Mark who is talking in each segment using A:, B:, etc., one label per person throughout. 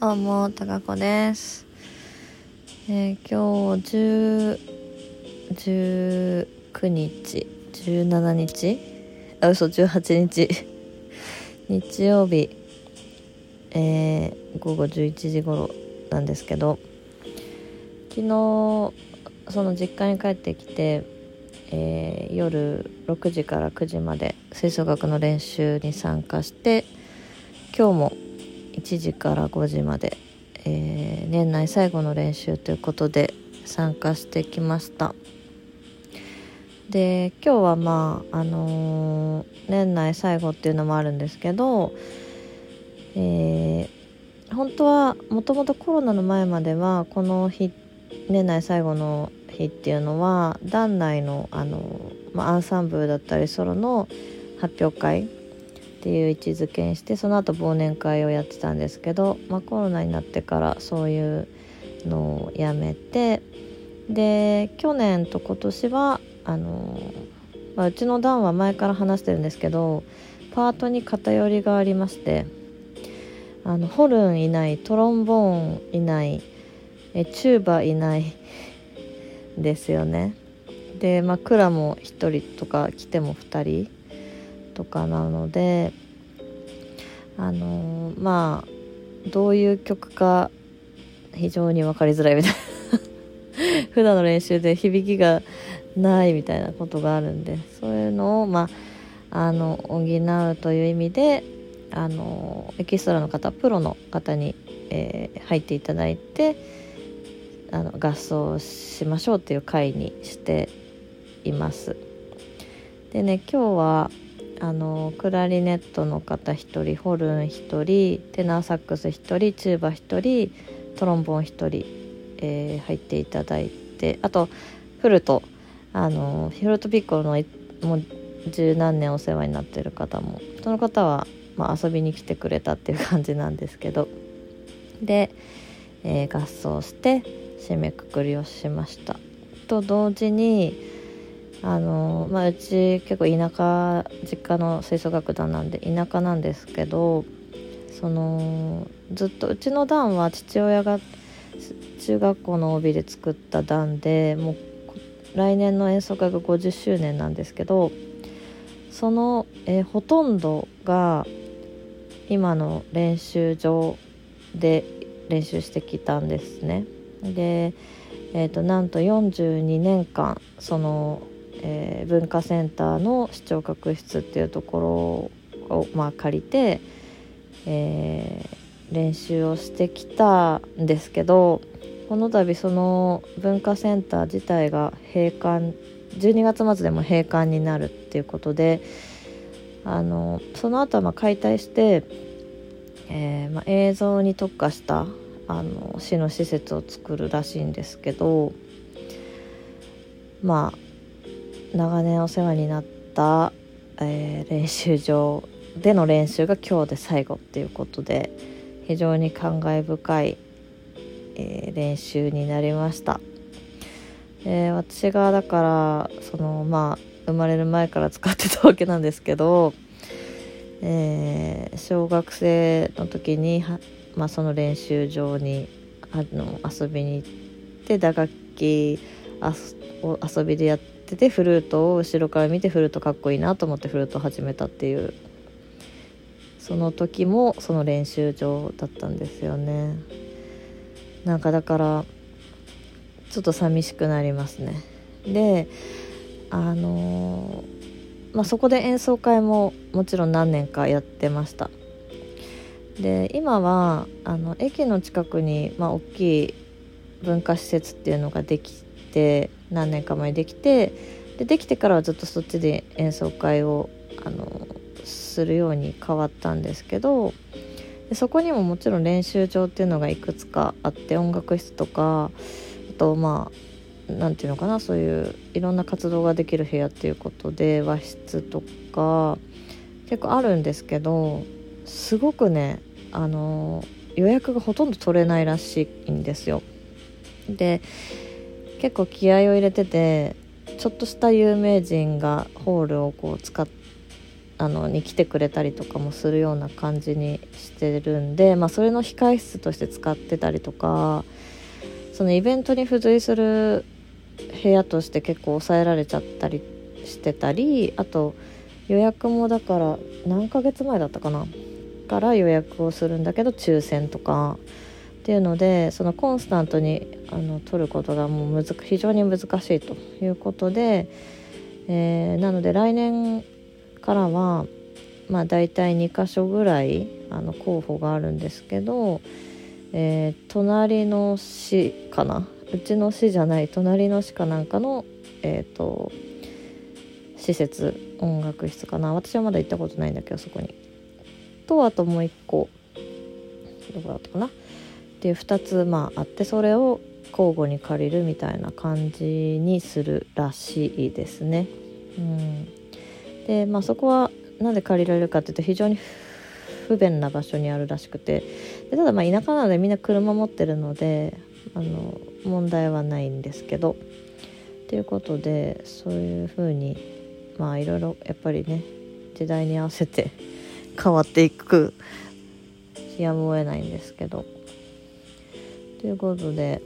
A: どうも、たかこです。今日19日、17日、18日日曜日、午後11時頃なんですけど、昨日その実家に帰ってきて、夜6時から9時まで吹奏楽の練習に参加して、今日も1時から5時まで、年内最後の練習ということで参加してきました。で、今日は年内最後っていうのもあるんですけど、本当はもともとコロナの前まではこの日、年内最後の日っていうのは団内のアンサンブルだったりソロの発表会っていう位置づけにして、その後忘年会をやってたんですけど、コロナになってからそういうのをやめて、で去年と今年はうちの団は前から話してるんですけど、パートに偏りがありまして、ホルンいない、トロンボーンいない、チューバいないですよね。で、クラも1人とか来ても2人とかなので、どういう曲か非常に分かりづらいみたいな普段の練習で響きがないみたいなことがあるんで、そういうのを補うという意味でエキストラの方、プロの方に、入っていただいて合奏しましょうっていう会にしています。でね、今日はクラリネットの方1人、ホルン1人、テナーサックス1人、チューバ1人、トロンボーン1人、入っていただいて、あとフルートピッコロのもう十何年お世話になっている方も、その方は遊びに来てくれたっていう感じなんですけど、で、合奏して締めくくりをしましたと同時に、うち結構田舎、実家の吹奏楽団なんで田舎なんですけど、ずっとうちの団は父親が中学校の OB で作った団で、もう来年の演奏会が50周年なんですけど、その、ほとんどが今の練習場で練習してきたんですね。で、なんと42年間その、文化センターの視聴覚室っていうところを、借りて、練習をしてきたんですけど、この度その文化センター自体が閉館、12月末でも閉館になるっていうことで、その後は解体して、映像に特化した市の施設を作るらしいんですけど、長年お世話になった、練習場での練習が今日で最後っていうことで、非常に感慨深い、練習になりました。私がだから生まれる前から使ってたわけなんですけど、小学生の時にその練習場に遊びに行って、打楽器を遊びでやってて、フルートを後ろから見て、フルートかっこいいなと思ってフルートを始めたっていう、その時もその練習場だったんですよね。だからちょっと寂しくなりますね。で、そこで演奏会ももちろん何年かやってました。で、今は駅の近くに、大きい文化施設っていうのができて、何年か前にできて、できてからはずっとそっちで演奏会をするように変わったんですけど、でそこにももちろん練習場っていうのがいくつかあって、音楽室とか、あとなんていうのかな、そういういろんな活動ができる部屋っていうことで和室とか結構あるんですけど、すごくね予約がほとんど取れないらしいんですよ。で、結構気合を入れてて、ちょっとした有名人がホールを使っに来てくれたりとかもするような感じにしてるんで、それの控室として使ってたりとか、そのイベントに付随する部屋として結構抑えられちゃったりしてたり、あと予約もだから何ヶ月前だったかなから予約をするんだけど抽選とかっていうので、そのコンスタントに取ることがもう非常に難しいということで、なので来年からはだいたい2カ所ぐらい候補があるんですけど、隣の市かな、うちの市じゃない隣の市かなんかの施設、音楽室かな、私はまだ行ったことないんだけどそこにと、あともう一個どこだったかなっていう2つあって、それを交互に借りるみたいな感じにするらしいですね。でそこはなんで借りられるかっていうと非常に不便な場所にあるらしくて、でただ田舎なのでみんな車持ってるので問題はないんですけど、ということでそういう風にいろいろやっぱりね時代に合わせて変わっていくやむを得ないんですけど、ということで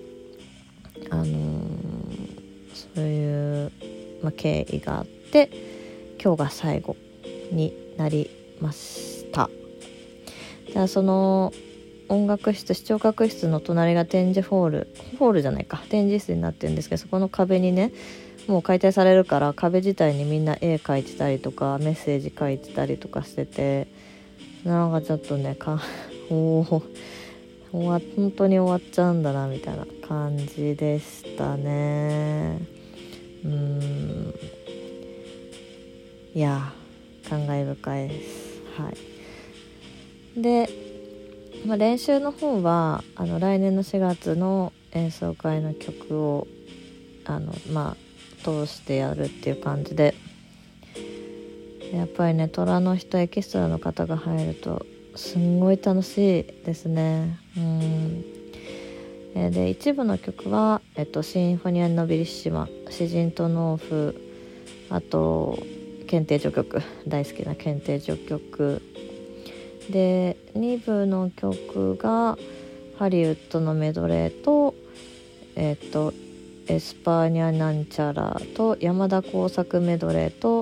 A: そういう、経緯があって今日が最後になりました。じゃあその音楽室、視聴覚室の隣が展示ホールじゃないか展示室になってるんですけど、そこの壁にねもう解体されるから壁自体にみんな絵描いてたりとかメッセージ書いてたりとかしてて、なんかちょっとね本当に終わっちゃうんだなみたいな感じでしたね。いや感慨深いです。で、練習の方は来年の4月の演奏会の曲を通してやるっていう感じで、やっぱりね虎の人エキストラの方が入るとすんごい楽しいですね。で一部の曲は、シンフォニア・ノビリッシマ、詩人と農夫、あと検定序曲、大好きな検定序曲で、2部の曲がハリウッドのメドレーとエスパーニャなんちゃらと山田耕作メドレーと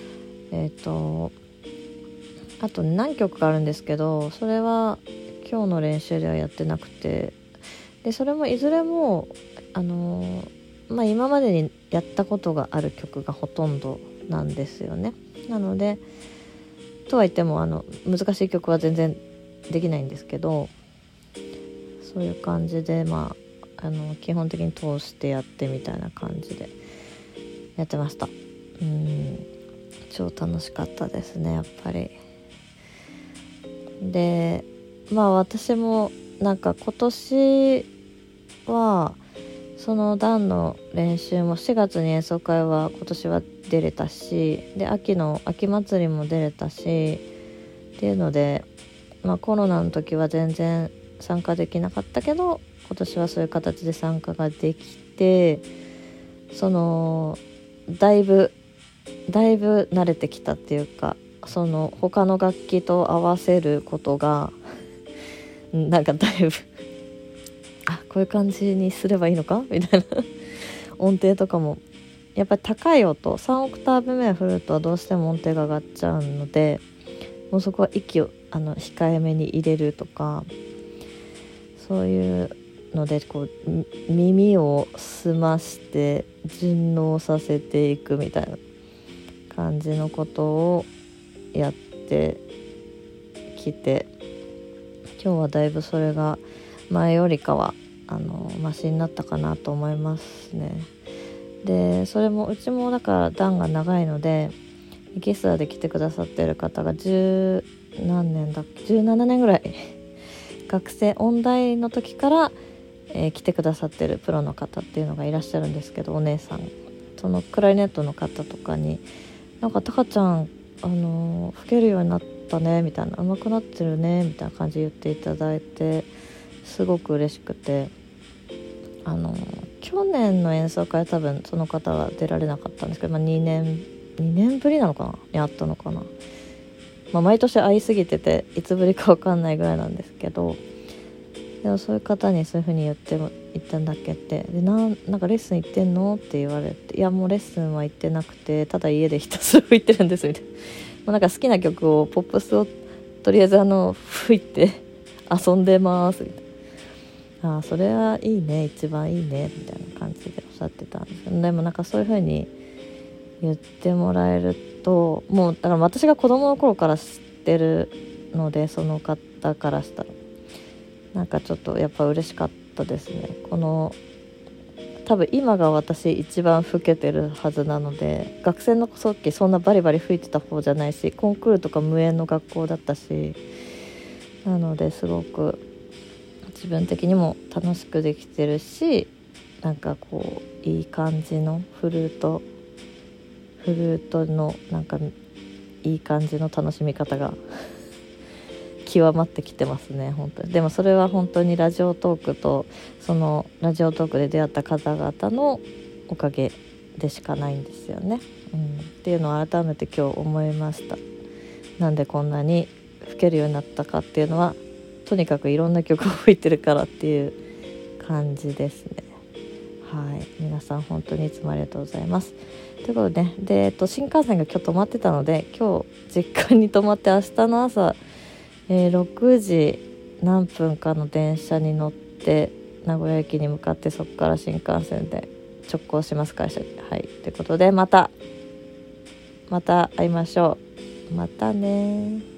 A: あと何曲かあるんですけど、それは今日の練習ではやってなくて、でそれもいずれも今までにやったことがある曲がほとんどなんですよね。なのでとは言っても難しい曲は全然できないんですけど、そういう感じで基本的に通してやってみたいな感じでやってました。超楽しかったですねやっぱり。で私も今年はその段の練習も4月に演奏会は今年は出れたし、で秋祭りも出れたしっていうので、コロナの時は全然参加できなかったけど今年はそういう形で参加ができて、だいぶ慣れてきたっていうか、他の楽器と合わせることがだいぶこういう感じにすればいいのかみたいな音程とかもやっぱり高い音3オクターブ目を振るとどうしても音程が上がっちゃうので、もうそこは息を控えめに入れるとか、そういうので耳を澄まして順応させていくみたいな感じのことをやってきて、今日はだいぶそれが前よりかはマシになったかなと思いますね。でそれもうちもだから段が長いので、エキストラで来てくださってる方が17年ぐらい学生音大の時から、来てくださってるプロの方っていうのがいらっしゃるんですけど、お姉さん、そのクラリネットの方とかにタカちゃん吹けるようになったねみたいな、上手くなってるねみたいな感じで言っていただいてすごく嬉しくて、去年の演奏会多分その方は出られなかったんですけど、2年ぶりなのかなにあったのかな毎年会いすぎてていつぶりか分かんないぐらいなんですけど、でもそういう方にそういう風に言ったんだっけってでなんかレッスン行ってんのって言われて、いやもうレッスンは行ってなくてただ家でひたすら吹いてるんですみたいななんか好きな曲をポップスをとりあえず吹いて遊んでますみたいな、それはいいね一番いいねみたいな感じでおっしゃってたんですけど、でもなんかそういう風に言ってもらえると、もうだから私が子供の頃から知ってるので、その方からしたらなんかちょっとやっぱ嬉しかったですね。多分今が私一番老けてるはずなので、学生の時そんなバリバリ吹いてた方じゃないし、コンクールとか無縁の学校だったし、なのですごく自分的にも楽しくできてるし、なんかこういい感じのフルートのなんかいい感じの楽しみ方が極まってきてますね本当に。でもそれは本当にラジオトークとそのラジオトークで出会った方々のおかげでしかないんですよね、っていうのを改めて今日思いました。なんでこんなに吹けるようになったかっていうのは、とにかくいろんな曲を吹いてるからっていう感じですね。はい、皆さん本当にいつもありがとうございます。ということで、新幹線が今日止まってたので、今日実家に泊まって明日の朝、6時何分かの電車に乗って名古屋駅に向かって、そこから新幹線で直行します会社に。はい、ということでまた会いましょう。またね。